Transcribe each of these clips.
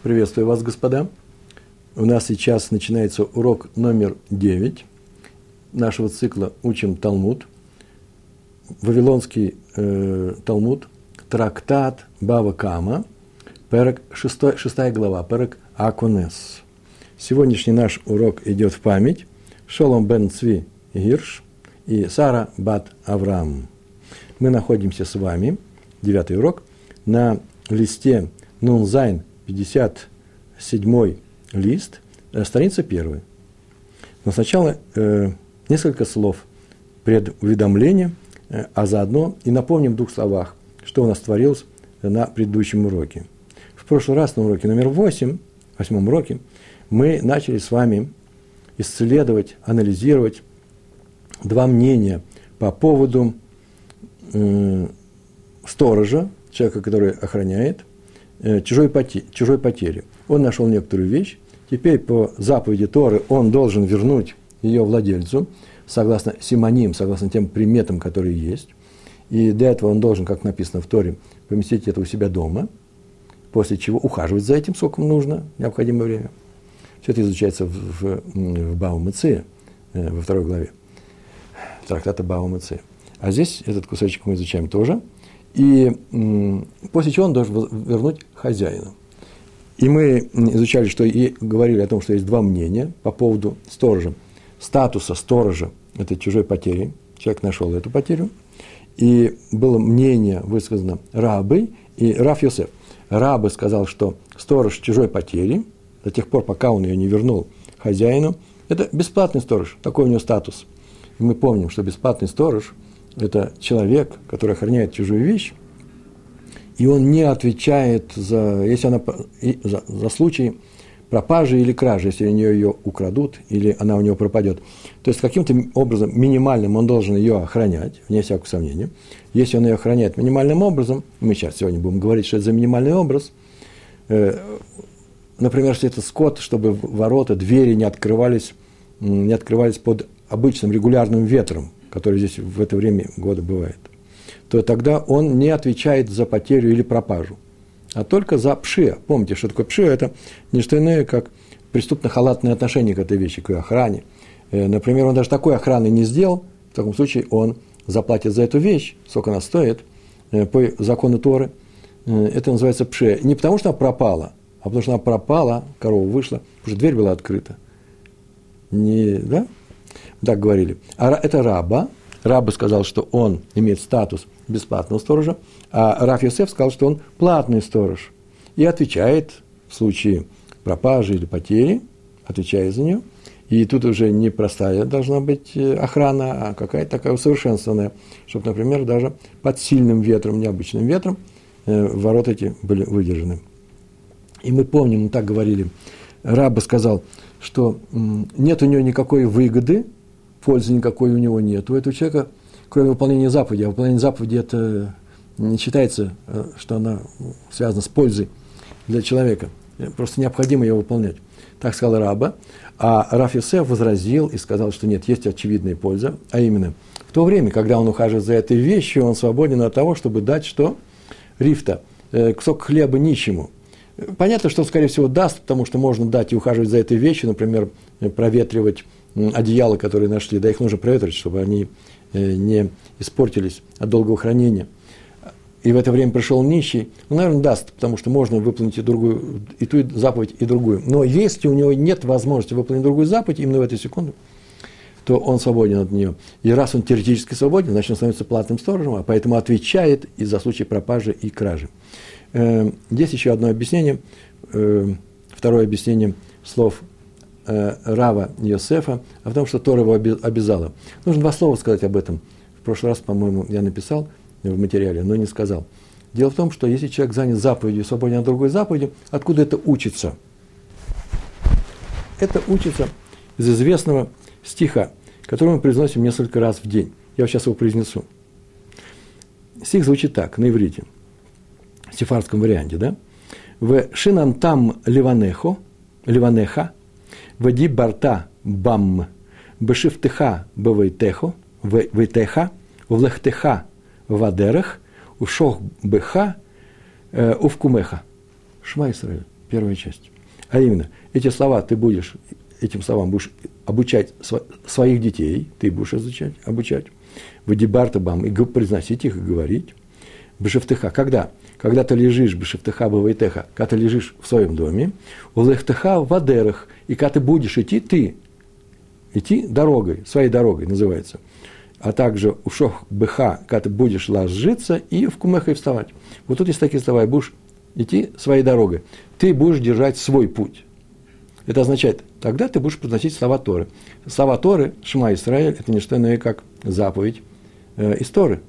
Приветствую вас, господа. У нас сейчас начинается урок номер 9 нашего цикла «Учим Талмуд». Вавилонский Талмуд, трактат Бава Кама, перек, 6 глава, перек Аконес. Сегодняшний наш урок идет в память Шолом бен Цви Гирш и Сара бат Авраам. Мы находимся с вами, 9 урок, на листе Нун-Зайн, 57-й лист, страница 1. Но сначала несколько слов предуведомления, а заодно и напомним в двух словах, что у нас творилось на предыдущем уроке. В прошлый раз на уроке номер 8, в 8-м уроке, мы начали с вами исследовать, анализировать два мнения по поводу сторожа, человека, который охраняет, чужой потери. Он нашел некоторую вещь, теперь по заповеди Торы он должен вернуть ее владельцу, согласно симоним, согласно тем приметам, которые есть. И для этого он должен, как написано в Торе, поместить это у себя дома, после чего ухаживать за этим, сколько нужно, необходимое время. Все это изучается в Бава Меция, во 2 главе трактата Бава Меция. А здесь этот кусочек мы изучаем тоже. И после чего он должен вернуть хозяину. И мы изучали, что и говорили о том, что есть два мнения по поводу сторожа. Статуса сторожа – это чужой потери. Человек нашел эту потерю. И было мнение высказано Рабой и Рав Йосеф. Рабы сказал, что сторож чужой потери, до тех пор, пока он ее не вернул хозяину, это бесплатный сторож, такой у него статус. И мы помним, что бесплатный сторож – это человек, который охраняет чужую вещь, и он не отвечает за случай пропажи или кражи, если у нее ее украдут или она у него пропадет. То есть, каким-то образом минимальным он должен ее охранять, вне всякого сомнения. Если он ее охраняет минимальным образом, мы сейчас сегодня будем говорить, что это за минимальный образ, например, если это скот, чтобы ворота, двери не открывались под обычным регулярным ветром, который здесь в это время года бывает, то тогда он не отвечает за потерю или пропажу, а только за пшия. Помните, что такое пшия? Это не что иное, как преступно-халатное отношение к этой вещи, к ее охране. Например, он даже такой охраны не сделал, в таком случае он заплатит за эту вещь, сколько она стоит, по закону Торы. Это называется пшия. Не потому, что она пропала, а потому, что она пропала, корова вышла, потому что дверь была открыта. Да? Так говорили. А это раба. Раба сказал, что он имеет статус бесплатного сторожа, а Рав Йосеф сказал, что он платный сторож. И отвечает в случае пропажи или потери, отвечает за нее. И тут уже не простая должна быть охрана, а какая-то такая усовершенствованная, чтобы, например, даже под сильным ветром, необычным ветром, ворота эти были выдержаны. И мы помним, мы так говорили, Раба сказал, что нет у него никакой выгоды, пользы никакой у него нет у этого человека, кроме выполнения заповеди. А выполнение заповеди это не считается, что она связана с пользой для человека. Просто необходимо ее выполнять. Так сказал Раба. А Рав Йосеф возразил и сказал, что нет, есть очевидная польза. А именно, в то время, когда он ухаживает за этой вещью, он свободен от того, чтобы дать что? Рифта, кусок хлеба нищему. Понятно, что, скорее всего, даст, потому что можно дать и ухаживать за этой вещью, например, проветривать одеяла, которые нашли, да их нужно проветривать, чтобы они не испортились от долгого хранения. И в это время пришел нищий, он, наверное, даст, потому что можно выполнить и другую, и ту заповедь, и другую. Но если у него нет возможности выполнить другую заповедь именно в эту секунду, то он свободен от нее. И раз он теоретически свободен, значит, он становится платным сторожем, а поэтому отвечает и за случай пропажи и кражи. Есть еще одно объяснение, второе объяснение слов Рава Йосефа, о том, что Тора его обязала. Нужно два слова сказать об этом. В прошлый раз, по-моему, я написал в материале, но не сказал. Дело в том, что если человек занят заповедью, свободен от другой заповеди, откуда это учится? Это учится из известного стиха, который мы произносим несколько раз в день. Я сейчас его произнесу. Стих звучит так, на иврите, в сефардском варианте, да? «В шинантам ливанеха, вади барта бам, бешифтеха бавейтехо, увлехтеха вадерах, ушох беха, увкумеха». Шма Исраэль. первая часть. А именно, эти слова ты будешь, этим словам будешь обучать своих детей, ты будешь обучать. Вадибарта бам, и произносить их, и говорить. Бешефтыха. Когда? Когда ты лежишь, бешефтыха бавайтеха, когда ты лежишь в своем доме, улехтыха в адерах, и когда ты будешь идти дорогой, своей дорогой называется, а также ушох быха, когда ты будешь ложиться, и в кумеха и вставать. Вот тут есть такие слова, и будешь идти своей дорогой. Ты будешь держать свой путь. Это означает, тогда ты будешь произносить слова Торы. Слова Торы, Шма Исраэль, это не что иное, как заповедь из Торы.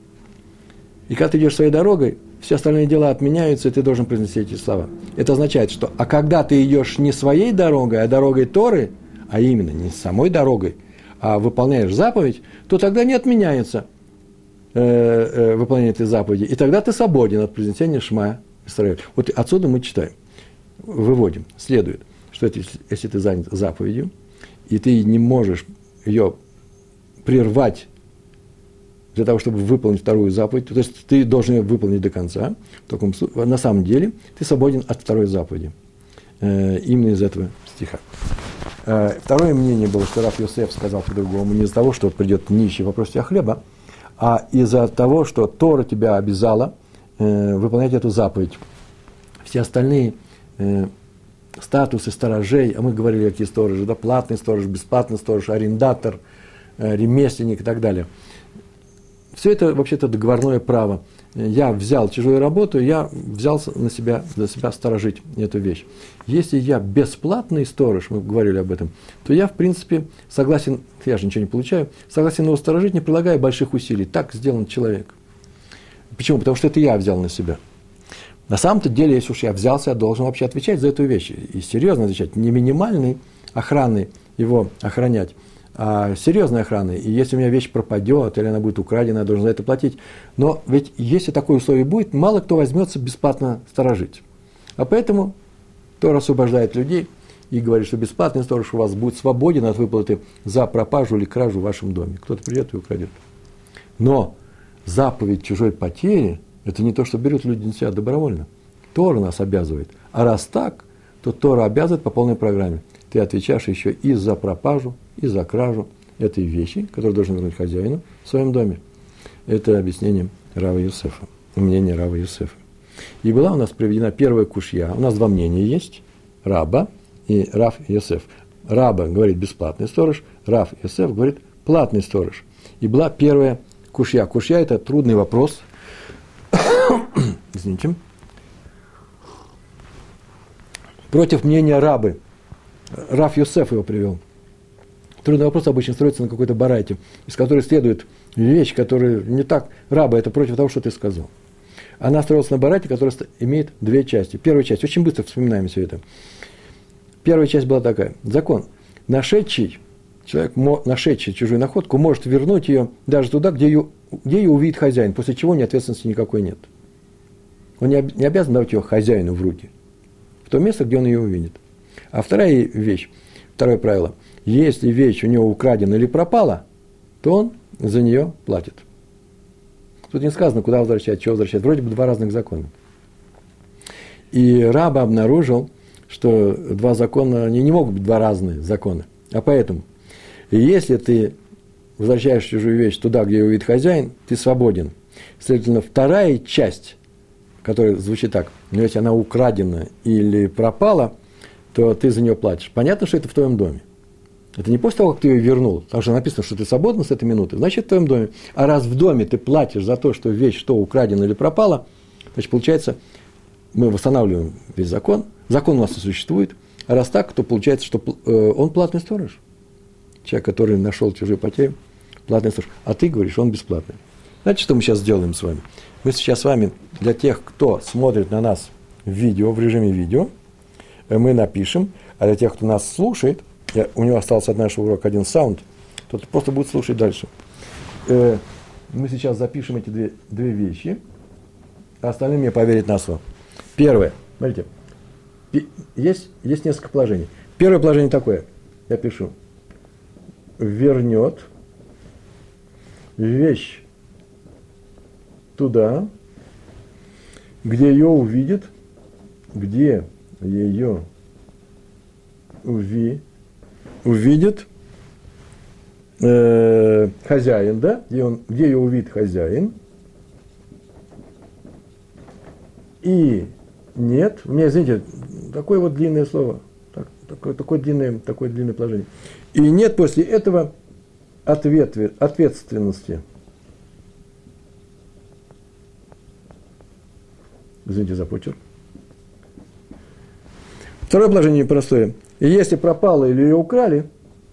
И когда ты идешь своей дорогой, все остальные дела отменяются, и ты должен произносить эти слова. Это означает, что, а когда ты идешь не своей дорогой, а дорогой Торы, а именно не самой дорогой, а выполняешь заповедь, то тогда не отменяется выполнение этой заповеди. И тогда ты свободен от произнесения Шма Исраэль. Вот отсюда мы читаем, выводим, следует, что если ты занят заповедью, и ты не можешь ее прервать для того, чтобы выполнить вторую заповедь, то есть ты должен ее выполнить до конца, на самом деле ты свободен от второй заповеди. Именно из этого стиха. Второе мнение было, что Рав Йосеф сказал по-другому, не из-за того, что придет нищий в вопросе о хлеба, а из-за того, что Тора тебя обязала выполнять эту заповедь. Все остальные статусы сторожей, а мы говорили, какие сторожи, да, платный сторож, бесплатный сторож, арендатор, ремесленник и так далее. Все это вообще-то договорное право. Я взял чужую работу, я взял за себя сторожить эту вещь. Если я бесплатный сторож, мы говорили об этом, то я, в принципе, согласен, я же ничего не получаю, согласен его сторожить, не прилагая больших усилий. Так сделан человек. Почему? Потому что это я взял на себя. На самом-то деле, если уж я взялся, я должен вообще отвечать за эту вещь. И серьезно отвечать. Не минимальной охраны его охранять, а серьезной охраны. И если у меня вещь пропадет, или она будет украдена, я должен за это платить. Но ведь если такое условие будет, мало кто возьмется бесплатно сторожить. А поэтому Тора освобождает людей и говорит, что бесплатный сторож у вас будет свободен от выплаты за пропажу или кражу в вашем доме. Кто-то придет и украдет. Но заповедь чужой потери – это не то, что берут люди на себя добровольно. Тора нас обязывает. А раз так, то Тора обязывает по полной программе. Ты отвечаешь еще и за пропажу, и за кражу этой вещи, которую должен вернуть хозяину в своем доме. Это объяснение Рава Йосефа, мнение Рава Йосефа. И была у нас приведена первая кушья. У нас два мнения есть. Раба и Рав Йосеф. Раба говорит бесплатный сторож, Рав Йосеф говорит платный сторож. И была первая кушья. Кушья – это трудный вопрос. Извините. Против мнения рабы. Рав Йосеф его привел. Трудный вопрос обычно строится на какой-то барайте, из которой следует вещь, которая не так. Раба – это против того, что ты сказал. Она строилась на барайте, который имеет две части. Первая часть, очень быстро вспоминаем все это. Первая часть была такая. Закон. Нашедший человек, нашедший чужую находку, может вернуть ее даже туда, где ее увидит хозяин, после чего ни ответственности никакой нет. Он не обязан давать ее хозяину в руки, в то место, где он ее увидит. А вторая вещь, второе правило. Если вещь у него украдена или пропала, то он за нее платит. Тут не сказано, куда возвращать, что возвращать. Вроде бы два разных закона. И Раба обнаружил, что два закона, они не могут быть два разных закона. А поэтому, если ты возвращаешь чужую вещь туда, где ее увидит хозяин, ты свободен. Следовательно, вторая часть, которая звучит так, но если она украдена или пропала, то ты за нее платишь. Понятно, что это в твоем доме. Это не после того, как ты ее вернул, потому что написано, что ты свободен с этой минуты, значит, в твоем доме. А раз в доме ты платишь за то, что вещь что украдена или пропала, значит, получается, мы восстанавливаем весь закон, закон у нас и существует, а раз так, то получается, что он платный сторож. Человек, который нашел чужую потерю, платный сторож. А ты говоришь, он бесплатный. Знаете, что мы сейчас сделаем с вами? Мы сейчас с вами, для тех, кто смотрит на нас в видео, в режиме видео, мы напишем, а для тех, кто нас слушает, у него остался от нашего урока один саунд, тот просто будет слушать дальше. Мы сейчас запишем эти две вещи, а остальные мне поверить на слово. Первое. Смотрите, есть несколько положений. Первое положение такое. Я пишу. Вернет вещь туда, где ее увидит ее увидит хозяин, да? Где ее увидит хозяин. И нет, у меня, извините, такое вот длинное слово, такое длинное положение. И нет после этого ответственности. Извините за почерк. Второе положение непростое. И если пропало или ее украли,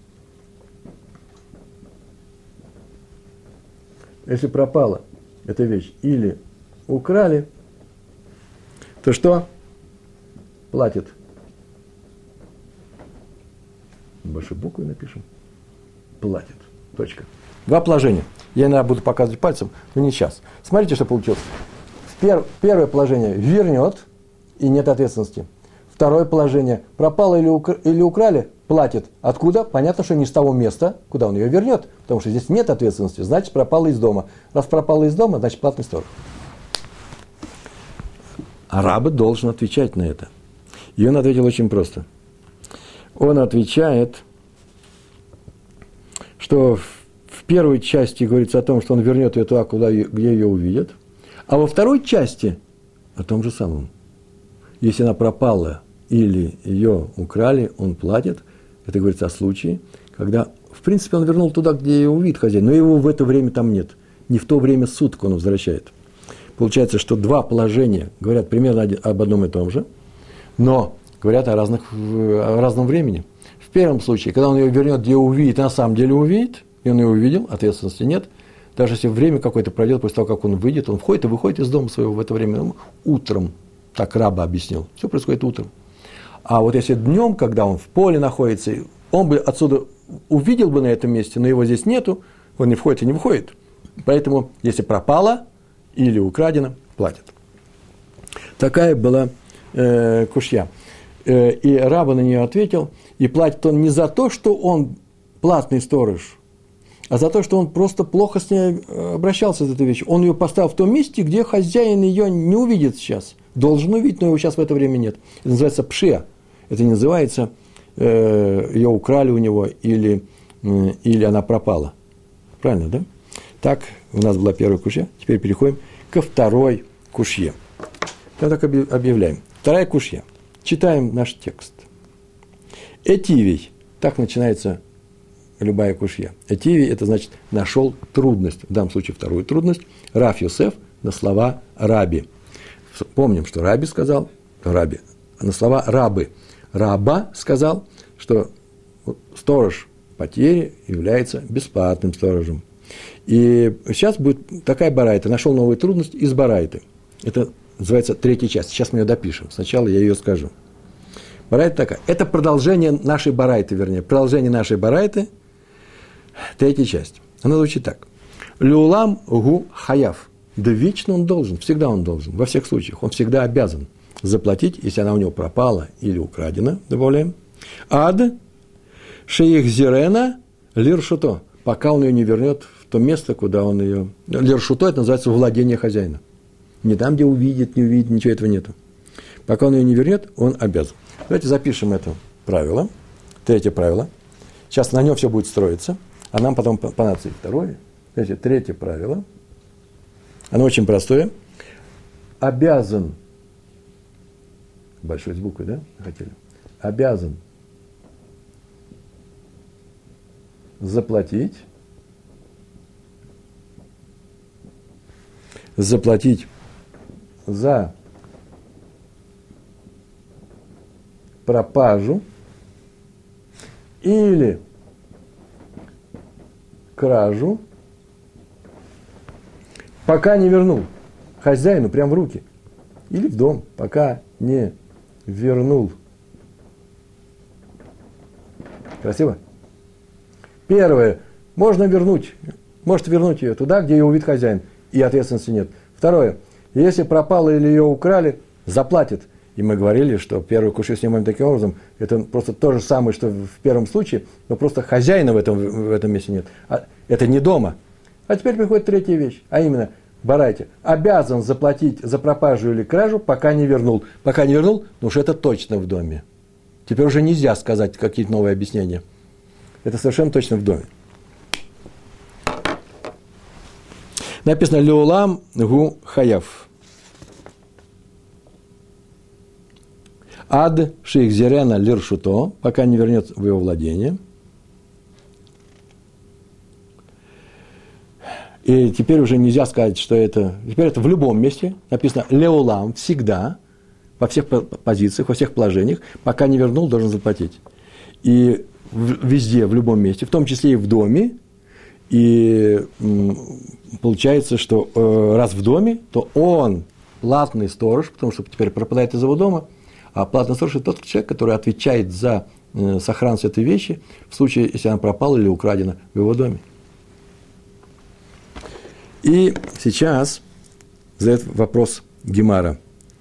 если пропала эта вещь или украли, то что? Платит. Большой буквой напишем. Платит. Точка. Два положения. Я иногда буду показывать пальцем, но не сейчас. Смотрите, что получилось. Первое положение вернет, и нет ответственности. Второе положение пропало или украли, платит. Откуда? Понятно, что не с того места, куда он ее вернет, потому что здесь нет ответственности, значит, пропала из дома. Раз пропала из дома, значит, платный сторож. А раб должен отвечать на это. И он ответил очень просто. Он отвечает, что в первой части говорится о том, что он вернет ее туда, где ее увидят, а во второй части о том же самом. Если она пропала или ее украли, он платит. Это говорится о случае, когда, в принципе, он вернул туда, где ее увидит хозяин, но его в это время там нет. Не в то время суток он возвращает. Получается, что два положения говорят примерно об одном и том же, но говорят о разном времени. В первом случае, когда он ее вернет, где увидит, на самом деле увидит, и он ее увидел, ответственности нет. Даже если время какое-то пройдет, после того, как он выйдет, он входит и выходит из дома своего в это время, утром, так раба объяснил. Все происходит утром. А вот если днем, когда он в поле находится, он бы отсюда увидел бы на этом месте, но его здесь нету, он не входит и не выходит. Поэтому, если пропало или украдено, платит. Такая была кушья. И раба на нее ответил, и платит он не за то, что он платный сторож, а за то, что он просто плохо с ней обращался с этой вещью. Он ее поставил в том месте, где хозяин ее не увидит сейчас. Должен увидеть, но его сейчас в это время нет. Это называется пшия. Это не называется, ее украли у него или она пропала. Правильно, да? Так, у нас была первая кушья. Теперь переходим ко второй кушье. Так объявляем. Вторая кушья. Читаем наш текст. Этивий. Так начинается любая кушья. Этивий – это значит нашел трудность. В данном случае вторую трудность. Рав Йосеф на слова раби. Помним, что раби сказал, раби, на слова рабы. Раба сказал, что сторож потери является бесплатным сторожем. И сейчас будет такая барайта. Нашел новую трудность из барайты. Это называется третья часть. Сейчас мы ее допишем. Сначала я ее скажу. Барайта такая. Это продолжение нашей барайты, вернее. Продолжение нашей барайты. Третья часть. Она звучит так. Люлам гу хаяв. Да вечно он должен. Всегда он должен. Во всех случаях. Он всегда обязан заплатить, если она у него пропала или украдена. Добавляем. Ад шеих зирена лиршуто. Пока он ее не вернет в то место, куда он ее... Лиршуто – это называется владение хозяина. Не там, где увидит, не увидит, ничего этого нету. Пока он ее не вернет, он обязан. Давайте запишем это правило. Третье правило. Сейчас на нем все будет строиться, а нам потом понадобится и второе. Третье правило. Оно очень простое. Обязан, большой с буквой, да, хотели? Обязан заплатить за пропажу или кражу, пока не вернул хозяину прямо в руки или в дом, пока не вернул. Красиво? Первое. Можно вернуть, может вернуть ее туда, где ее увидит хозяин, и ответственности нет. Второе. Если пропало или ее украли, заплатит. И мы говорили, что первую кушью снимаем таким образом. Это просто то же самое, что в первом случае, но просто хозяина в этом месте нет. Это не дома. А теперь приходит третья вещь. А именно, барайте, обязан заплатить за пропажу или кражу, пока не вернул. Пока не вернул, ну уж это точно в доме. Теперь уже нельзя сказать какие-то новые объяснения. Это совершенно точно в доме. Написано «Леулам гу хаяв». Ад шейхзерена лиршуто, пока не вернется в его владение. И теперь уже нельзя сказать, что это... Теперь это в любом месте написано «Леулам» всегда, во всех позициях, во всех положениях, пока не вернул, должен заплатить. И везде, в любом месте, в том числе и в доме. И получается, что раз в доме, то он платный сторож, потому что теперь пропадает из его дома, а платный сторож – это тот человек, который отвечает за сохранность этой вещи в случае, если она пропала или украдена в его доме. И сейчас задает вопрос Гемара.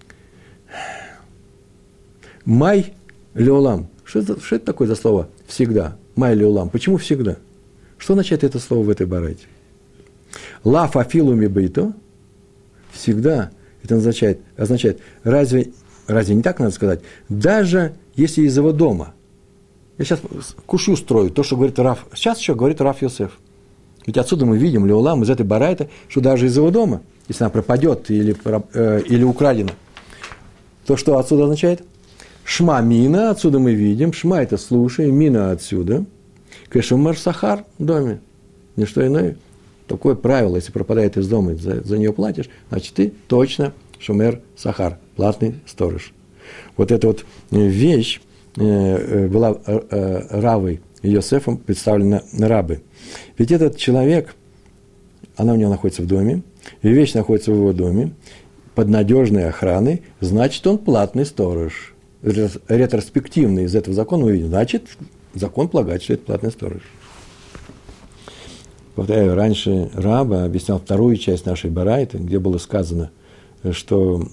Май леолам. Что это такое за слово «всегда»? Май леолам. Почему всегда? Что означает это слово в этой барайте? Лаф афилу мибейто. Всегда. Это означает разве не так надо сказать? Даже если из его дома. Я сейчас кушу строю, то, что говорит Рав. Сейчас еще говорит Рав Йосеф. Ведь отсюда мы видим, леолам, из этой барайты, что даже из его дома, если она пропадет или украдена, то что отсюда означает? Шма мина, отсюда мы видим, шма это слушай, мина отсюда, кэшумар сахар в доме, не что иное. Такое правило, если пропадает из дома, за нее платишь, значит ты точно шумер сахар, платный сторож. Вот эта вот вещь была Равой Йосефом представлена рабы. Ведь этот человек, она у него находится в доме, и вещь находится в его доме, под надежной охраной, значит, он платный сторож. Ретроспективно из этого закона мы видим, значит, закон полагает, что это платный сторож. Повторяю, раньше Раба объяснял вторую часть нашей барайты, где было сказано, что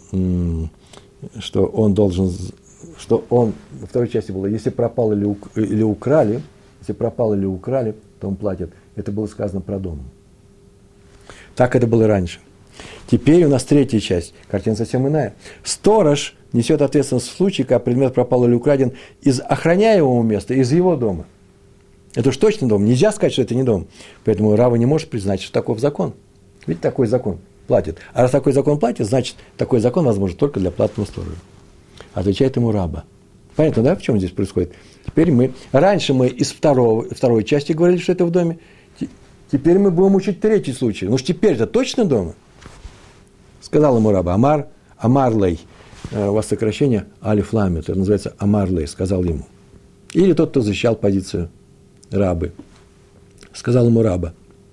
он должен, что он, во второй части было, если пропал или украли, то он платит. Это было сказано про дом. Так это было раньше. Теперь у нас третья часть. Картина совсем иная. Сторож несет ответственность в случае, когда предмет пропал или украден из охраняемого места, из его дома. Это уж точно дом. Нельзя сказать, что это не дом. Поэтому Рава не может признать, что таков закон. Ведь такой закон платит. А раз такой закон платит, значит, такой закон возможен только для платного сторожа. Отвечает ему Раба. Понятно, да, в чем здесь происходит? Теперь раньше мы из второй части говорили, что это в доме. Теперь мы будем учить третий случай. Ну, теперь это точно дома? Сказал ему Раба, Амарлей. У вас сокращение Алиф Ламет, это называется Амарлей, сказал ему. Или тот, кто защищал позицию Рабы. Сказал ему Раба.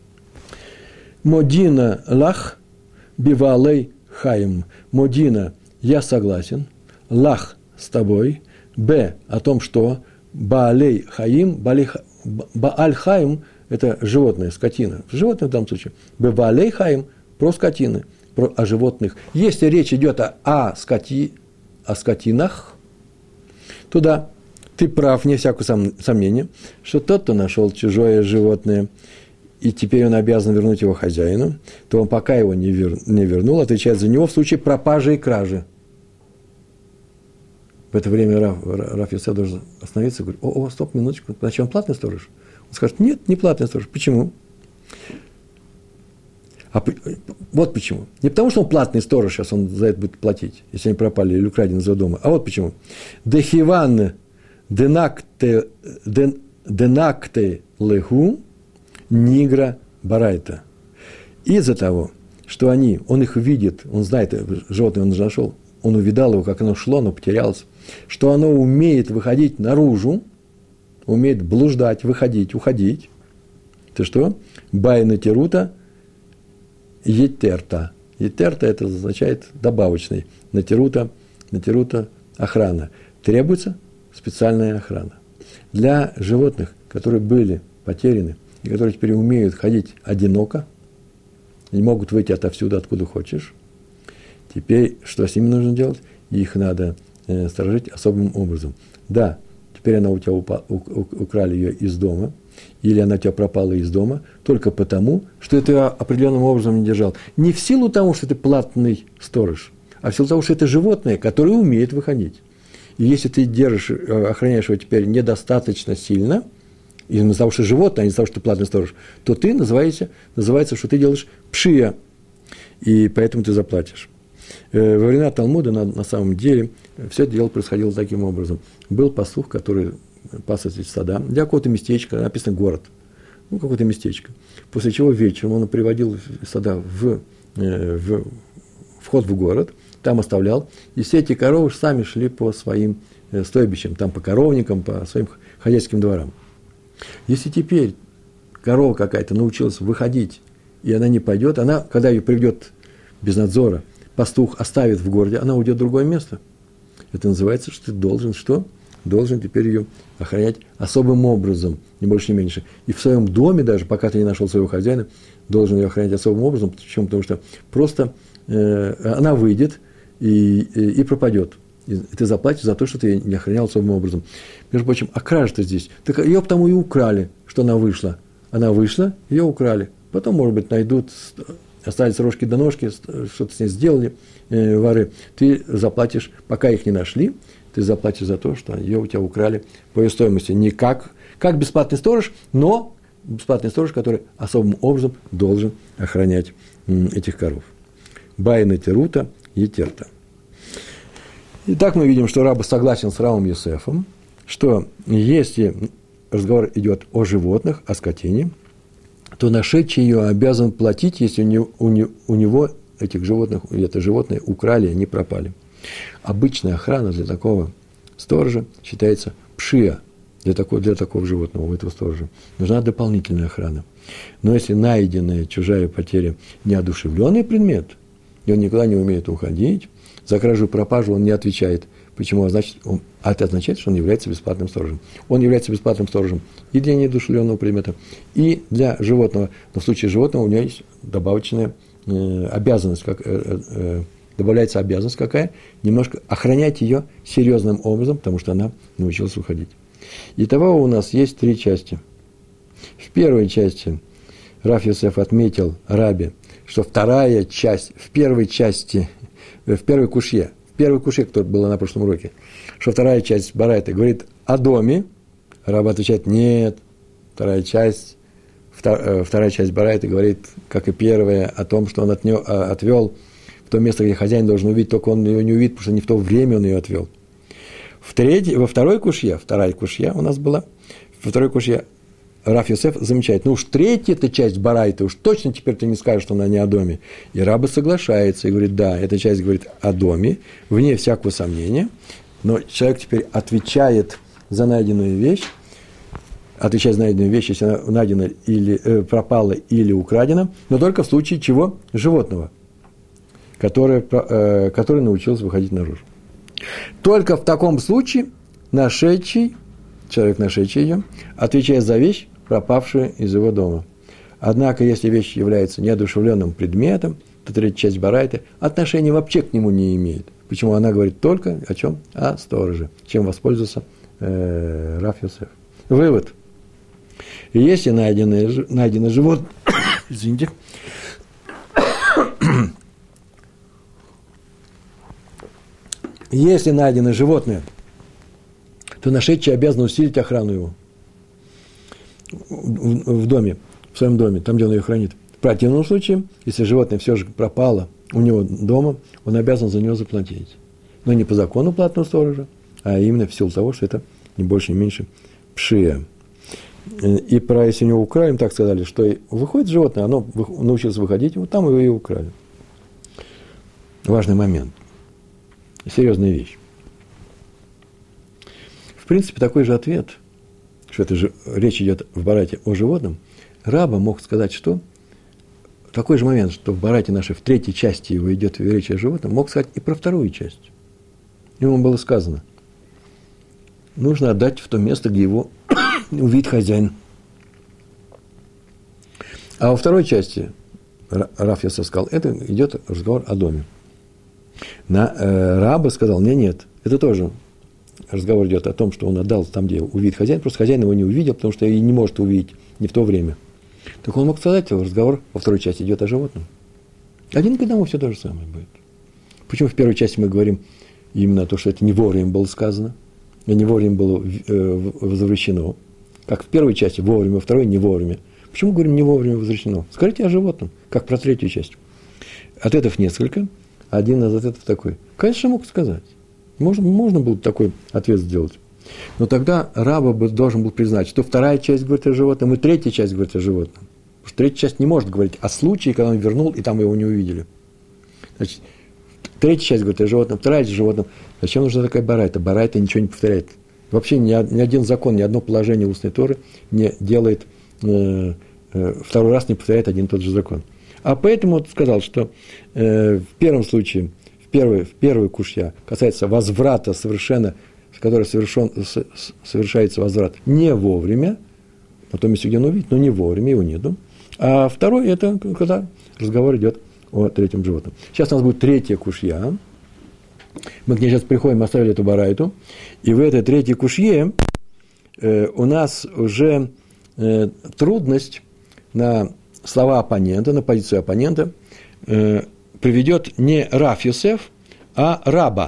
Модина лах бивалей хаим. Модина, я согласен. Лах с тобой. Б о том, что Баалей хаим, Бааль хаим – это животное, скотина. Животное в данном случае. Баалей хаим – про скотины, о животных. Если речь идет о скотинах, то да, ты прав, не всякого сомнения, что тот, кто нашел чужое животное, и теперь он обязан вернуть его хозяину, то он пока его не вернул, отвечает за него в случае пропажи и кражи. В это время Рав Йосеф должен остановиться и говорить, стоп, минуточку, значит, он платный сторож? Он скажет, нет, не платный сторож. Почему? Вот почему. Не потому, что он платный сторож, сейчас он за это будет платить, если они пропали или украдены из его дома, а вот почему. Дехиван денакте леху нигра барайта. Из-за того, что он их видит, он знает, животное он уже нашел, он увидал его, как оно шло, оно потерялось, что оно умеет выходить наружу, умеет блуждать, выходить, уходить. То что? Байна терута етерта. Етерта – это означает добавочный. Натерута охрана. Требуется специальная охрана. Для животных, которые были потеряны, и которые теперь умеют ходить одиноко, не могут выйти отовсюду, откуда хочешь, теперь что с ними нужно делать? Их надо сторожить особым образом. Да, теперь у тебя украли ее из дома, или она у тебя пропала из дома, только потому, что ты определенным образом не держал. Не в силу того, что ты платный сторож, а в силу того, что это животное, которое умеет выходить. И если ты держишь, охраняешь его теперь недостаточно сильно, из-за того, что животное, а не из-за того, что ты платный сторож, то ты называется, что ты делаешь пшия, и поэтому ты заплатишь. Во времена Талмуда, на самом деле, все это дело происходило таким образом. Был пастух, который пас эти стада, для какого-то местечка, написано город, какое-то местечко. После чего вечером он приводил стада в вход в город, там оставлял, и все эти коровы сами шли по своим стойбищам, там по коровникам, по своим хозяйским дворам. Если теперь корова какая-то научилась выходить, и она не пойдет, она, когда ее приведет без надзора, пастух оставит в городе, она уйдет в другое место. Это называется, что ты должен что? Должен теперь ее охранять особым образом, ни больше, ни меньше. И в своем доме даже, пока ты не нашел своего хозяина, должен ее охранять особым образом. Почему? Потому что просто она выйдет и пропадет. И ты заплатишь за то, что ты ее не охранял особым образом. Между прочим, а кража-то здесь? Так ее потому и украли, что она вышла. Она вышла, ее украли. Потом, может быть, найдут, остались рожки до ножки, что-то с ней сделали воры. Ты заплатишь, пока их не нашли, ты заплатишь за то, что ее у тебя украли по ее стоимости. Не как бесплатный сторож, но бесплатный сторож, который особым образом должен охранять этих коров. Байна терута етерта. Итак, мы видим, что раб согласен с рабом Йосефом, что если разговор идет о животных, о скотине, то нашедший ее обязан платить, если у него этих животных, это животные украли, они пропали. Обычная охрана для такого сторожа считается пшия, для такого животного, у этого сторожа. Нужна дополнительная охрана. Но если найденная чужая потеря неодушевленный предмет, и он никуда не умеет уходить, за кражу и пропажу он не отвечает. Почему? Это означает, что он является бесплатным сторожем. Он является бесплатным сторожем и для неодушевленного предмета, и для животного. Но в случае животного у него есть добавочная обязанность, добавляется обязанность какая? Немножко охранять ее серьезным образом, потому что она научилась уходить. Итого у нас есть 3 части. В первой части рав Йосеф отметил рабе, что вторая часть, в первой кушье, которая была на прошлом уроке, что вторая часть барайты говорит о доме, раб отвечает нет, вторая часть барайты говорит, как и первая, о том, что он отвел в то место, где хозяин должен увидеть, только он ее не увидит, потому что не в то время он ее отвел. Во второй кушье, вторая кушья у нас была, во второй кушье рав Йосеф замечает, уж третья-то часть барайты, уж точно теперь ты не скажешь, что она не о доме. И раба соглашается и говорит, да, эта часть говорит о доме, вне всякого сомнения, но человек теперь отвечает за найденную вещь, если она найдена или пропала или украдена, но только в случае чего? Животного, который научился выходить наружу. Только в таком случае человек, нашедший ее, отвечает за вещь, пропавшую из его дома. Однако, если вещь является неодушевленным предметом, то третья часть барайты отношения вообще к нему не имеет. Почему? Она говорит только о чем? О стороже, чем воспользовался рав Йосеф. Вывод. Если найдено животное, извините, если найдено животное, то нашедший обязан усилить охрану его в доме, в своем доме, там, где он ее хранит. В противном случае, если животное все же пропало у него дома, он обязан за него заплатить. Но не по закону платного сторожа, а именно в силу того, что это не больше, не меньше пшия. И если у него украли, им так сказали, что выходит животное, оно научилось выходить, вот там его и украли. Важный момент. Серьезная вещь. В принципе, такой же ответ, что это же речь идет в барайте о животном, раба мог сказать, что такой же момент, что в барайте нашей, в третьей части его идет речь о животном, мог сказать и про вторую часть. Ему было сказано, нужно отдать в то место, где его увидит хозяин. А во второй части, рав Йосеф сказал, это идет разговор о доме. Раба сказал, нет, это тоже разговор идет о том, что он отдал там, где увидит хозяин, просто хозяин его не увидел, потому что и не может увидеть не в то время. Так он мог сказать, что разговор во второй части идет о животном. Один к одному все то же самое будет. Почему в первой части мы говорим именно то, что это не вовремя было сказано, а не вовремя было возвращено, как в первой части вовремя, во второй не вовремя. Почему говорим не вовремя возвращено? Скажите о животном, как про третью часть. Ответов несколько, один из ответов такой. Конечно, мог сказать. Можно было такой ответ сделать. Но тогда раба должен был признать, что вторая часть говорит о животном, и третья часть говорит о животном. Потому что третья часть не может говорить о случае, когда он вернул, и там его не увидели. Значит, третья часть говорит о животном, вторая часть о животном. Зачем нужна такая барайта? Барайта ничего не повторяет. Вообще ни один закон, ни одно положение устной Торы не делает, второй раз не повторяет один и тот же закон. А поэтому он сказал, что в первом случае, в первой кушья касается возврата совершенно, с которой совершается возврат не вовремя, на том месте, где он увидит, но не вовремя, его нету. А второй – это когда разговор идет о третьем животном. Сейчас у нас будет третья кушья. Мы к ней сейчас приходим, оставили эту барайту. И в этой третьей кушье у нас уже трудность на слова оппонента, на позицию оппонента приведет не Рав Йосеф, а Раба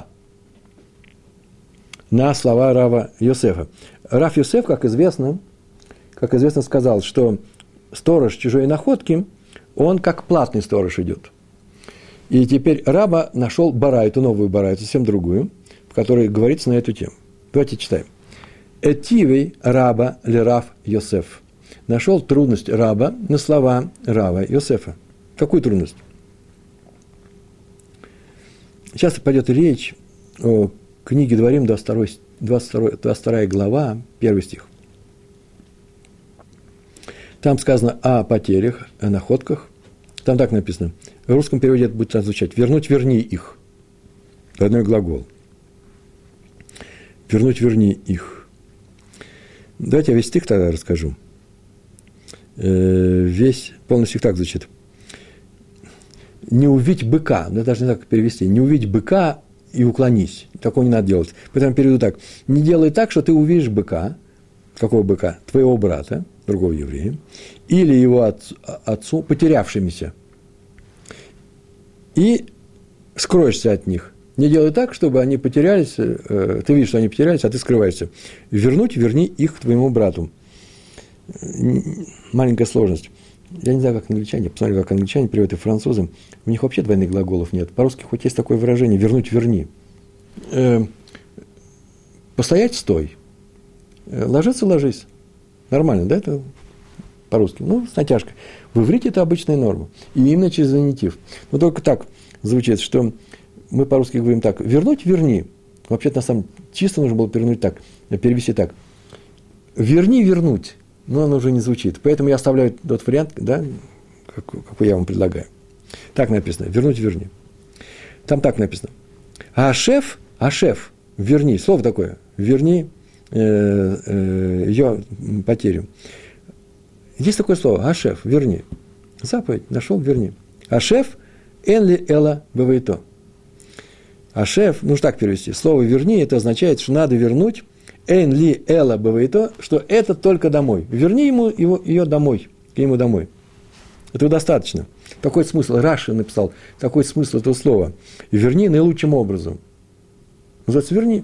на слова Рава Йосефа. Рав Йосеф, как известно, сказал, что сторож чужой находки, он как платный сторож идет. И теперь Раба нашел барайту, новую барайту, совсем другую, в которой говорится на эту тему. Давайте читаем. Этивей Раба ле Рав Йосеф. Нашел трудность Раба на слова Рава Йосефа. Какую трудность? Сейчас пойдет речь о книге Дворим, 22 глава, 1 стих. Там сказано о потерях, о находках. Там так написано. В русском переводе это будет звучать. Вернуть, верни их. Одной глагол. Вернуть, верни их. Давайте я весь стих тогда расскажу. Весь полный стих так звучит. Не увидь быка. Ну, даже не так перевести. Не увидь быка и уклонись. Такого не надо делать. Поэтому переведу так. Не делай так, что ты увидишь быка. Какого быка? Твоего брата, другого еврея. Или его отцу, потерявшимися. И скроешься от них. Не делай так, чтобы они потерялись. Ты видишь, что они потерялись, а ты скрываешься. Вернуть, верни их к твоему брату. Маленькая сложность. Я не знаю, как англичане, я посмотрю, как англичане переводят и французы. У них вообще двойных глаголов нет. По-русски хоть есть такое выражение «вернуть, верни». Постоять – стой. Ложиться – ложись. Нормально, да, это по-русски? Ну, с натяжкой. В иврите это обычная норма. И именно через инитив. Но только так звучит, что мы по-русски говорим так. Вернуть – верни. Вообще-то, на самом деле, чисто нужно было перевести так. Верни – вернуть. Но оно уже не звучит. Поэтому я оставляю тот вариант, да, какой я вам предлагаю. Так написано. Вернуть – верни. Там так написано. Ашеф, верни. Слово такое. Верни ее потерю. Есть такое слово. Ашеф, верни. Заповедь. Нашел, верни. Ашеф, энли эла бавейто. Ашеф, нужно так перевести. Слово верни, это означает, что надо вернуть эн ли эла бавейто, что это только домой. Верни ее домой, к нему домой. Этого достаточно. Такой смысл. Раши написал, такой смысл этого слова. Верни наилучшим образом. Называется верни.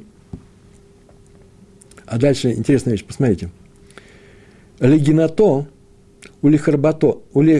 А дальше интересная вещь, посмотрите. Легинато, улихарвато,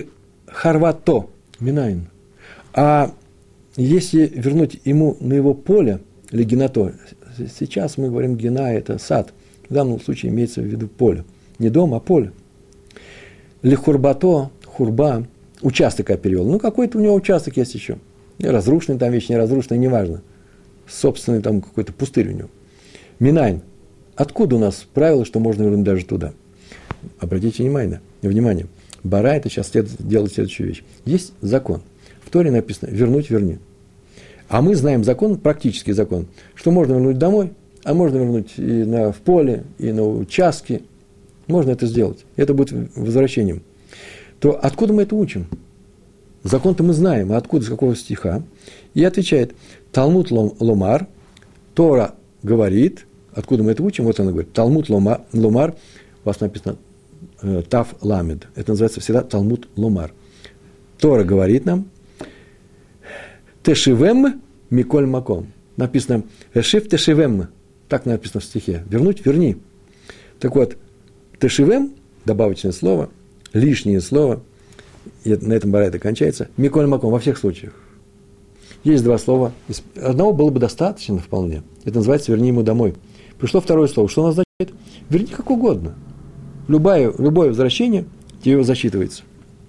минайн. А если вернуть ему на его поле, легинато, сейчас мы говорим гина, это сад. В данном случае имеется в виду поле. Не дом, а поле. Лихурбато, хурба, участок я перевел. Ну, какой-то у него участок есть еще. Разрушенный там вещь, не разрушенный, неважно. Собственный там какой-то пустырь у него. Минайн. Откуда у нас правило, что можно вернуть даже туда? Обратите внимание. Барайта сейчас делает следующую вещь. Есть закон. В Торе написано «вернуть, верни». А мы знаем закон, практический закон, что можно вернуть домой, а можно вернуть и в поле, и на участке. Можно это сделать. Это будет возвращением. То откуда мы это учим? Закон-то мы знаем, а откуда, с какого стиха? И отвечает Талмуд ломар, Тора говорит, Откуда мы это учим? Вот он говорит. Талмуд Ломар, у вас написано Тав Ламед. Это называется всегда Талмуд Ломар. Тора говорит нам, Тешивем Миколь Маком. Написано Эшив Тешивем. Так написано в стихе. Вернуть, верни. Так вот, Тешивем, добавочное слово, лишнее слово, и на этом барайта кончается, Миколь Маком во всех случаях. Есть два слова. Одного было бы достаточно вполне. Это называется «верни ему домой». Пришло второе слово. Что оно означает? Верни как угодно. Любое возвращение тебе засчитывается.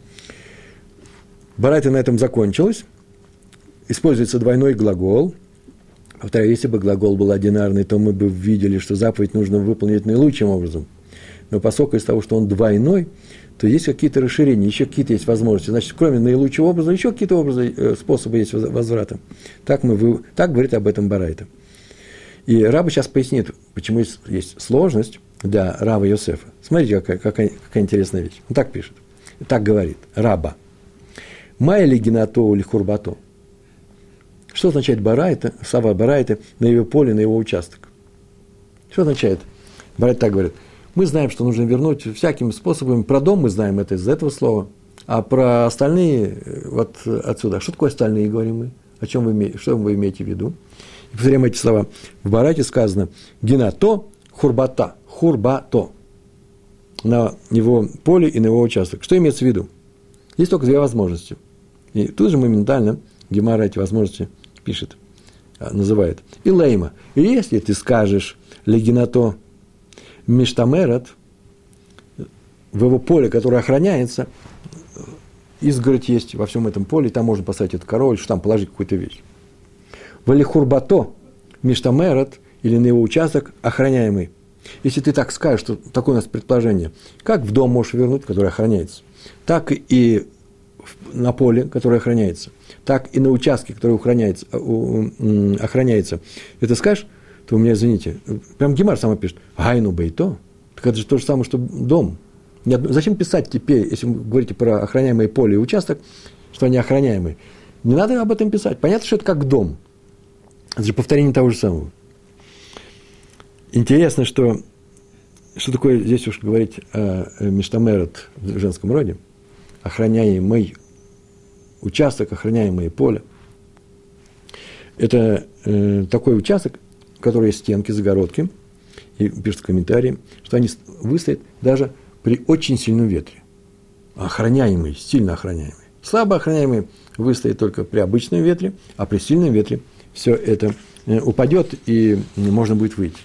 Барайта на этом закончилась. Используется двойной глагол. Повторяю, если бы глагол был одинарный, то мы бы видели, что заповедь нужно выполнить наилучшим образом. Но поскольку из того, что он двойной, то есть какие-то расширения, еще какие-то есть возможности. Значит, кроме наилучшего образа, еще какие-то способы есть возврата. Так говорит об этом барайта. И Раба сейчас пояснит, почему есть сложность для Рава Йосефа. Смотрите, какая интересная вещь. Он так пишет, так говорит Раба. Майли генато или хурбато. Что означает барайта, сава барайта на его поле, на его участок? Что означает? Барайта так говорит. Мы знаем, что нужно вернуть всякими способами. Про дом мы знаем это из этого слова. А про остальные, вот отсюда. Что такое остальные, говорим мы? Что вы имеете в виду? И повторяем эти слова. В барайте сказано генато хурбата. Хурбато. На его поле и на его участок. Что имеется в виду? Есть только две возможности. И тут же моментально Гемара эти возможности пишет, называет. И лейма. И если ты скажешь легенато миштамерат, в его поле, которое охраняется, изгородь есть во всем этом поле, и там можно поставить эту корову, или что там положить какую-то вещь. Валихурбато миштамерат, или на его участок охраняемый. Если ты так скажешь, что такое у нас предположение, как в дом можешь вернуть, который охраняется, так и на поле, которое охраняется, так и на участке, который охраняется. Это скажешь, то у меня, извините, прям Гемар сама пишет, гайну бейто, так это же то же самое, что дом. Зачем писать теперь, если вы говорите про охраняемое поле и участок, что они охраняемые? Не надо об этом писать. Понятно, что это как дом. Это же повторение того же самого. Интересно, что такое здесь уж говорить о миштамерат в женском роде, охраняемый участок, охраняемое поле. Это такой участок, у которого есть стенки, загородки, и пишут в комментарии, что они выстоят даже при очень сильном ветре. Охраняемый, сильно охраняемый. Слабо охраняемый выстоит только при обычном ветре, а при сильном ветре все это упадет, и можно будет выйти.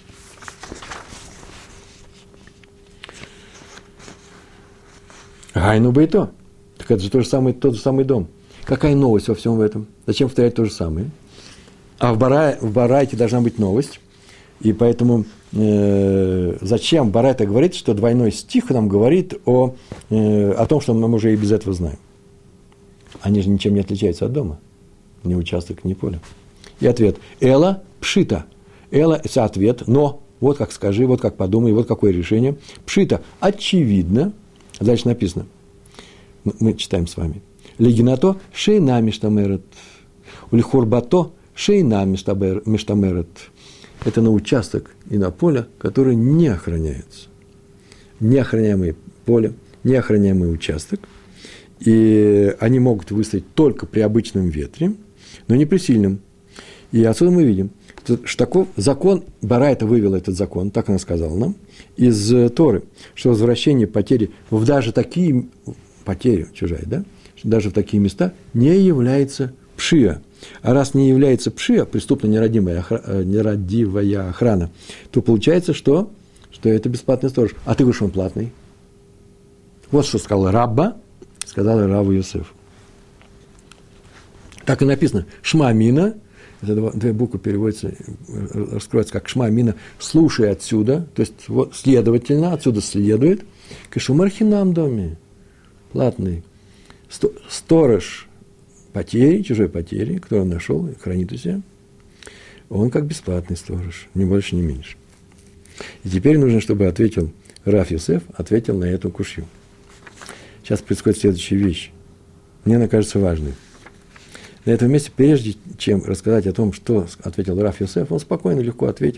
Гайну бейто. Так это же тот же самый дом. Какая новость во всем этом? Зачем повторять то же самое? А в барайте должна быть новость. И поэтому зачем барайта говорит, что двойной стих нам говорит о том, что мы уже и без этого знаем. Они же ничем не отличаются от дома. Ни участок, ни поле. И ответ. Эла пшита. Эла – это ответ, но вот как скажи, вот как подумай, вот какое решение. Пшита – очевидно. Дальше написано. Мы читаем с вами. Легинато шейна миштамерет. Улихурбато шейна миштамерет. Это на участок и на поле, которые не охраняются. Неохраняемое поле, неохраняемый участок. И они могут выстоять только при обычном ветре, но не при сильном. И отсюда мы видим, что такой закон, Барайта вывела этот закон, так она сказала нам, из Торы, что возвращение потери в даже такие, потери чужая, да, даже в такие места не является пшия. А раз не является пшия, преступно нерадивая охрана, то получается, что это бесплатный сторож. А ты говоришь, он платный. Вот что сказал Рабба, сказал Раву Йосеф. Так и написано. Шма мина, это две буквы переводятся, раскроются как шма мина, слушай отсюда, то есть, вот, следовательно, отсюда следует, кашумархинам доме, платный, сторож потери, чужой потери, которую он нашел и хранит у себя, он как бесплатный сторож, ни больше, ни меньше. И теперь нужно, чтобы ответил Рав Йосеф, ответил на эту кушью. Сейчас происходит следующая вещь. Мне она кажется важной. На этом месте, прежде чем рассказать о том, что ответил Рав Йосеф, он спокойно, легко ответил.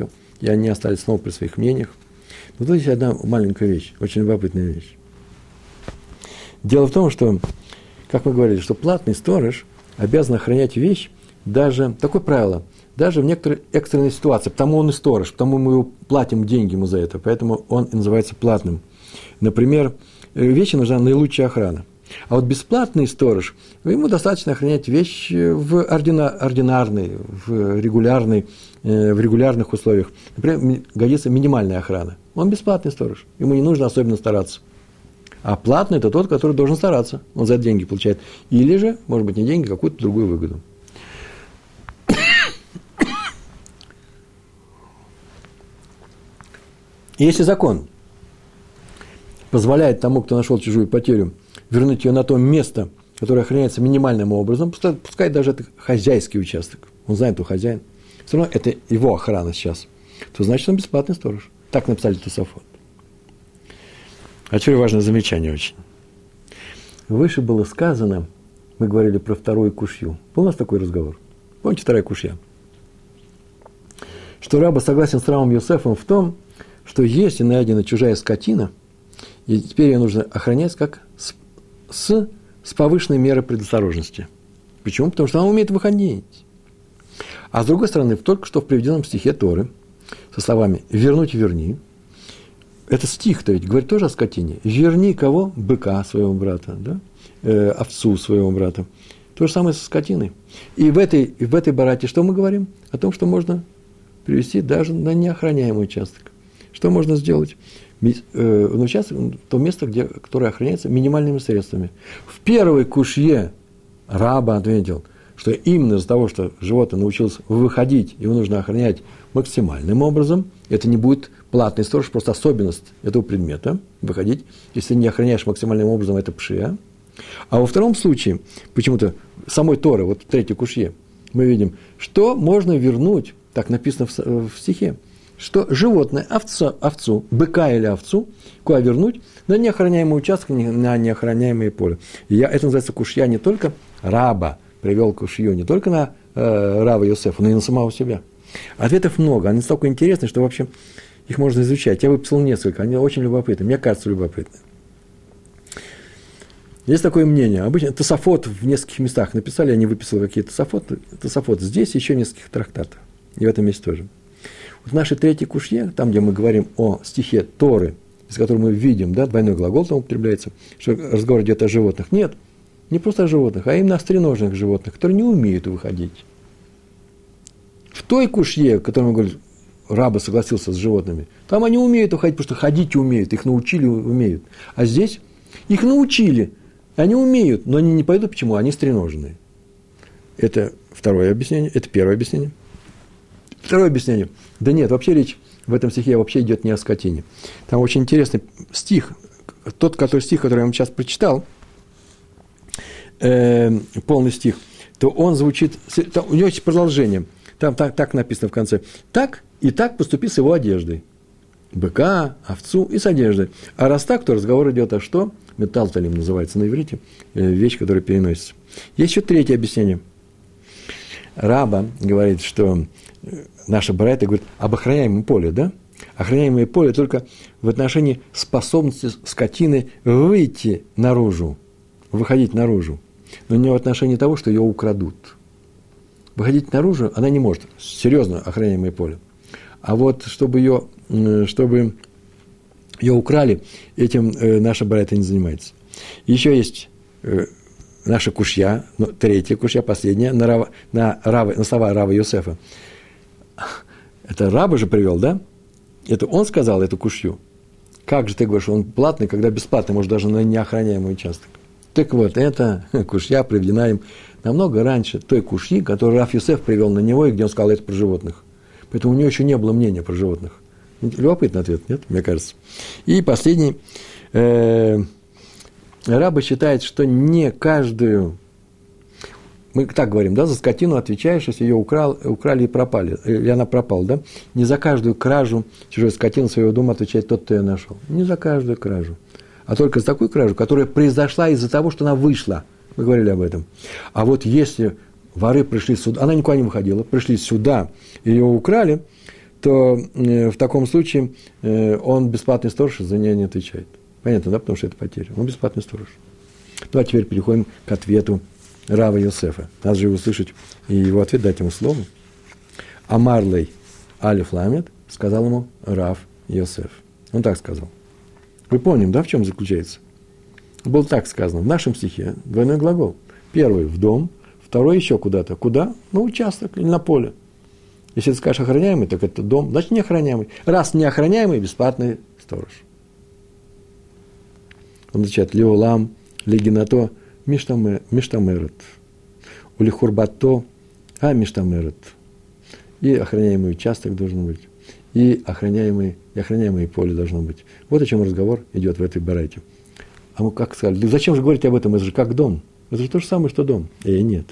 и они остались снова при своих мнениях. Но тут есть одна маленькая вещь, очень любопытная вещь. Дело в том, что, как мы говорили, что платный сторож обязан охранять вещь, даже, такое правило, даже в некоторой экстренной ситуации, потому он и сторож, потому мы его платим деньги ему за это, поэтому он и называется платным. Например, вещи нужна наилучшая охрана. А вот бесплатный сторож, ему достаточно охранять вещь в ординарной, в регулярных условиях. Например, годится минимальная охрана. Он бесплатный сторож, ему не нужно особенно стараться. А платный – это тот, который должен стараться, он за это деньги получает. Или же, может быть, не деньги, а какую-то другую выгоду. Если закон позволяет тому, кто нашел чужую потерю, вернуть ее на то место, которое охраняется минимальным образом, пускай даже это хозяйский участок, он знает, кто хозяин, все равно это его охрана сейчас, то значит, он бесплатный сторож. Так написали Тосафот. А теперь важное замечание очень. Выше было сказано, мы говорили про вторую кушью. Был у нас такой разговор. Помните, вторая кушья? Что раба согласен с Равом Йосефом в том, что если найдена чужая скотина, и теперь ее нужно охранять как с повышенной мерой предосторожности. Почему? Потому что она умеет выходить. А с другой стороны, только что в приведенном стихе Торы, со словами «вернуть, верни», это стих-то ведь говорит тоже о скотине. «Верни кого? Быка своего брата, да? Овцу своего брата». То же самое со скотиной. И в этой барате что мы говорим? О том, что можно привести даже на неохраняемый участок. Что можно сделать? Участок – то место, которое охраняется минимальными средствами. В первой кушье раба ответил, что именно из-за того, что животное научилось выходить, его нужно охранять максимальным образом, это не будет платный сторож, просто особенность этого предмета – выходить. Если не охраняешь максимальным образом, это пшия. А во втором случае, почему-то самой Торы, вот в третьей кушье, мы видим, что можно вернуть, так написано в стихе, что животное, овцу, быка или овцу, куда вернуть, на неохраняемый участок, на неохраняемое поле. И это называется кушья не только раба, привел кушью не только на Рава Йосефа, но и на самого себя. Ответов много, они настолько интересны, что вообще их можно изучать. Я выписал несколько, они очень любопытны, мне кажется, любопытны. Есть такое мнение, обычно Тосафот в нескольких местах написали, я не выписал какие Тосафот здесь, еще в нескольких трактатах, и в этом месте тоже. Вот в нашей третьей кушье, там, где мы говорим о стихе Торы, из которого мы видим, да, двойной глагол там употребляется, что разговор идет о животных. Нет, не просто о животных, а именно о стреножных животных, которые не умеют выходить. В той кушье, в которой мы говорим, раба согласился с животными, там они умеют уходить, потому что ходить умеют, их научили, умеют. А здесь их научили, они умеют, но они не пойдут, почему? Они стреножные. Это второе объяснение, это первое объяснение. Второе объяснение. Да нет, вообще речь в этом стихе вообще идет не о скотине. Там очень интересный стих, стих, который я вам сейчас прочитал, полный стих, то он звучит, у него есть продолжение. Там так написано в конце. Так и так поступи с его одеждой. Быка, овцу и с одеждой. А раз так, то разговор идет о что? Металталим называется на иврите, вещь, которая переносится. Есть еще третье объяснение. Раба говорит, что наша барайта говорит об охраняемом поле, да? Охраняемое поле только в отношении способности скотины выйти наружу, выходить наружу, но не в отношении того, что ее украдут. Выходить наружу она не может, серьезно охраняемое поле. А вот чтобы ее украли, этим наша барайта не занимается. Еще есть наша кушья, третья кушья, последняя, на слова Рава Йосефа. Это раба же привел, да? Это он сказал эту кушью. Как же ты говоришь, он платный, когда бесплатный, может, даже на неохраняемый участок. Так вот, эта кушья приведена им намного раньше той кушьи, которую Рав Йосеф привел на него, и где он сказал это про животных. Поэтому у него еще не было мнения про животных. Любопытный ответ, нет, мне кажется. И последний. Раба считает, что не каждую... Мы так говорим, да, за скотину отвечаешь, если ее украли и пропали, или она пропала, да? Не за каждую кражу чужой скотины своего дома отвечает тот, кто ее нашел. Не за каждую кражу. А только за такую кражу, которая произошла из-за того, что она вышла. Мы говорили об этом. А вот если воры пришли сюда, она никуда не выходила, пришли сюда и ее украли, то в таком случае он бесплатный сторож, за нее не отвечает. Понятно, да? Потому что это потеря. Он бесплатный сторож. Ну, а теперь переходим к ответу Рава Йосефа. Надо же его услышать и его ответ дать ему слово. Амарлей Алиф Ламед сказал ему Рав Йосеф. Он так сказал. Вы помните, да, в чем заключается? Было так сказано. В нашем стихе двойной глагол. Первый – в дом, второй – еще куда-то. Куда? На участок или на поле. Если ты скажешь охраняемый, так это дом, значит неохраняемый. Раз неохраняемый, бесплатный сторож. Он отвечает Леолам, Легинато, Миштамерет. Улихурбато, Миштамерет. И охраняемый участок должен быть. И охраняемое поле должно быть. Вот о чем разговор идет в этой барайте. А мы как сказали, зачем же говорить об этом? Это же как дом. Это же то же самое, что дом. Нет.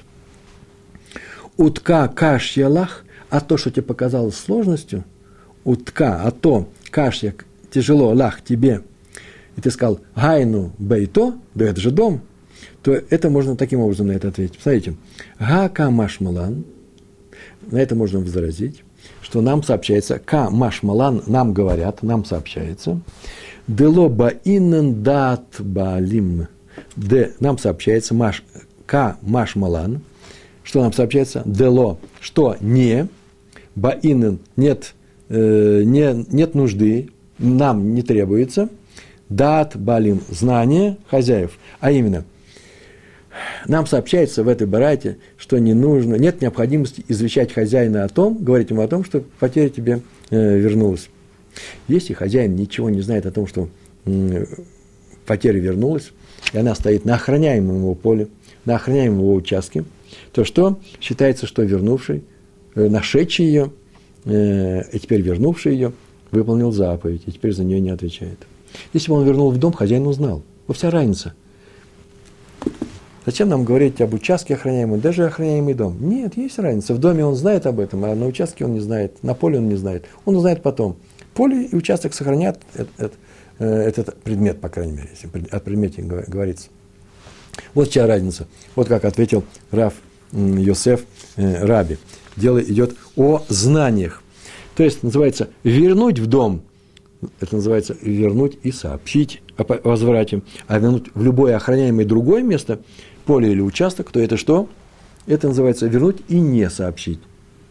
Утка кашья лах, а то, что тебе показалось сложностью, утка, а то кашья тяжело лах тебе, и ты сказал гайну бейто, да это же дом, то это можно таким образом на это ответить. Посмотрите, га машмалан, на это можно возразить, что нам сообщается, ка машмалан, нам говорят, нам сообщается, дело баинен дат балим, де, нам сообщается, ка машмалан, что нам сообщается, дело, что не, баинен, нет нужды, нам не требуется, дат балим, знание хозяев, а именно, нам сообщается в этой барайте, что не нужно, нет необходимости извещать хозяина о том, говорить ему о том, что потеря тебе вернулась. Если хозяин ничего не знает о том, что потеря вернулась, и она стоит на охраняемом его поле, на охраняемом его участке, то что? Считается, что вернувший, нашедший ее, и теперь вернувший ее, выполнил заповедь, и теперь за нее не отвечает. Если бы он вернул в дом, хозяин узнал. Вот вся разница. Зачем нам говорить об участке охраняемом, даже охраняемый дом? Нет, есть разница. В доме он знает об этом, а на участке он не знает, на поле он не знает. Он узнает потом. Поле и участок сохранят этот предмет, по крайней мере, если о предмете говорится. Вот вся разница. Вот как ответил Рав Йосеф Раби. Дело идет о знаниях. То есть, называется, вернуть в дом, это называется вернуть и сообщить о возврате, а вернуть в любое охраняемое другое место, поле или участок, то это что? Это называется вернуть и не сообщить.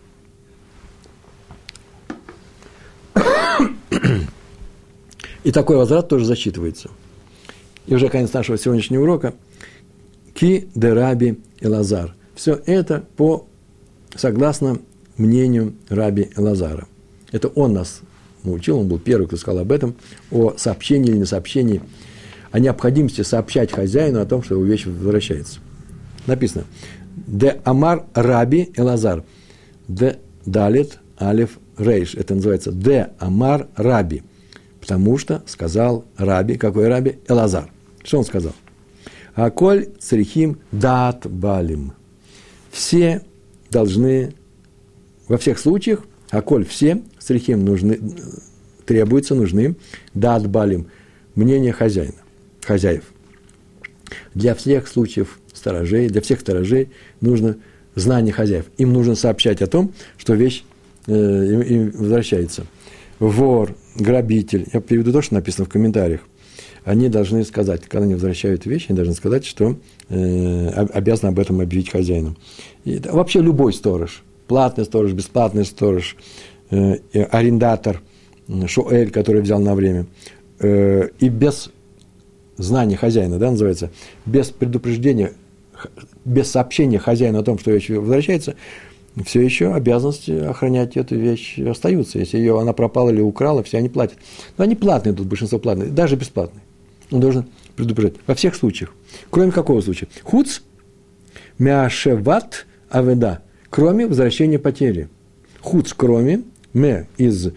И такой возврат тоже засчитывается. И уже конец нашего сегодняшнего урока. Ки де Раби Элазар. Все это согласно мнению Раби Элазара. Это он нас научил, он был первый, кто сказал об этом, о сообщении или несообщении, о необходимости сообщать хозяину о том, что его вещь возвращается. Написано: «Де амар Раби Элазар». «Де далит алиф рейш». Это называется «Де амар Раби». Потому что сказал Раби, какой Раби? Элазар. Что он сказал? «Аколь црихим дат балим». Все должны, во всех случаях, аколь все црихим нужны, требуются, нужны, дат балим, мнение хозяев. Для всех случаев сторожей, для всех сторожей нужно знание хозяев. Им нужно сообщать о том, что вещь им возвращается. Вор, грабитель, я переведу то, что написано в комментариях, они должны сказать, когда они возвращают вещи, они должны сказать, что обязаны об этом объявить хозяину. И вообще любой сторож, платный сторож, бесплатный сторож, арендатор, шоэль, который взял на время, и без знания хозяина, да, называется, без предупреждения, без сообщения хозяину о том, что вещь возвращается, все еще обязанности охранять эту вещь остаются. Если она пропала или украла, все они платят. Но они платные тут, большинство платные, даже бесплатные. Он должен предупреждать. Во всех случаях. Кроме какого случая? Хуц мяшеват аведа. Кроме возвращения потери. Хуц кроме ме из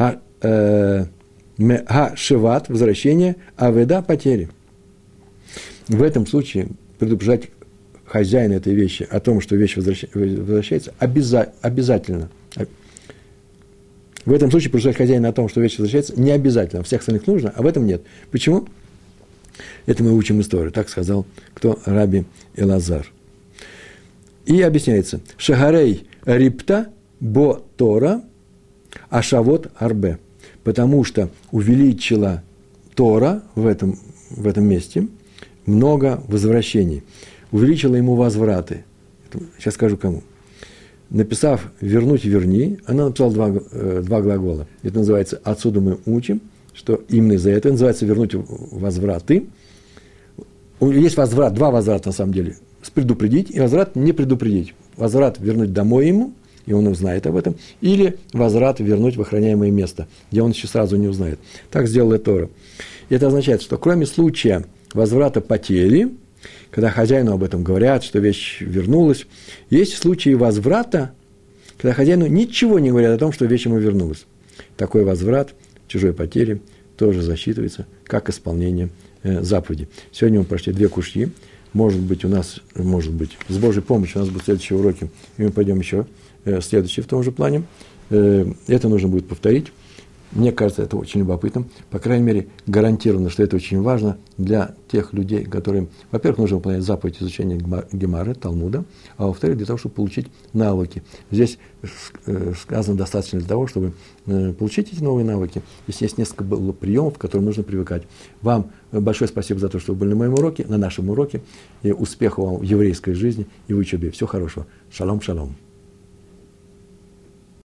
шеват возвращение аведа потери. В этом случае предупреждать хозяина этой вещи о том, что вещь возвращается, обязательно. В этом случае предупреждать хозяина о том, что вещь возвращается, не обязательно. Всех остальных нужно, а в этом нет. Почему? Это мы учим историю. Так сказал кто? Раби Элазар. И объясняется. Шагарей рипта бо Тора А шавот арбе, потому что увеличила Тора в этом месте много возвращений. Увеличила ему возвраты. Сейчас скажу кому. Написав «вернуть, верни», она написала два глагола. Это называется «отсюда мы учим», что именно из-за этого называется «вернуть возвраты». Есть возврат, два возврата на самом деле. «Предупредить» и возврат «не предупредить». Возврат вернуть домой ему, и он узнает об этом, или возврат вернуть в охраняемое место, где он еще сразу не узнает. Так сделала Тора. И это означает, что кроме случая возврата потери, когда хозяину об этом говорят, что вещь вернулась, есть случаи возврата, когда хозяину ничего не говорят о том, что вещь ему вернулась. Такой возврат чужой потери тоже засчитывается как исполнение заповеди. Сегодня мы прошли 2 кушьи. Может быть, с Божьей помощью у нас будут следующие уроки, и мы пойдем еще следующие в том же плане. Это нужно будет повторить. Мне кажется, это очень любопытно. По крайней мере, гарантированно, что это очень важно для тех людей, которым, во-первых, нужно выполнять заповедь изучения Гемары, Талмуда, а во-вторых, для того, чтобы получить навыки. Здесь сказано достаточно для того, чтобы получить эти новые навыки. Здесь есть несколько приемов, к которым нужно привыкать. Вам большое спасибо за то, что вы были на моем уроке, на нашем уроке. И успехов вам в еврейской жизни и в учебе. Всего хорошего. Шалом, шалом.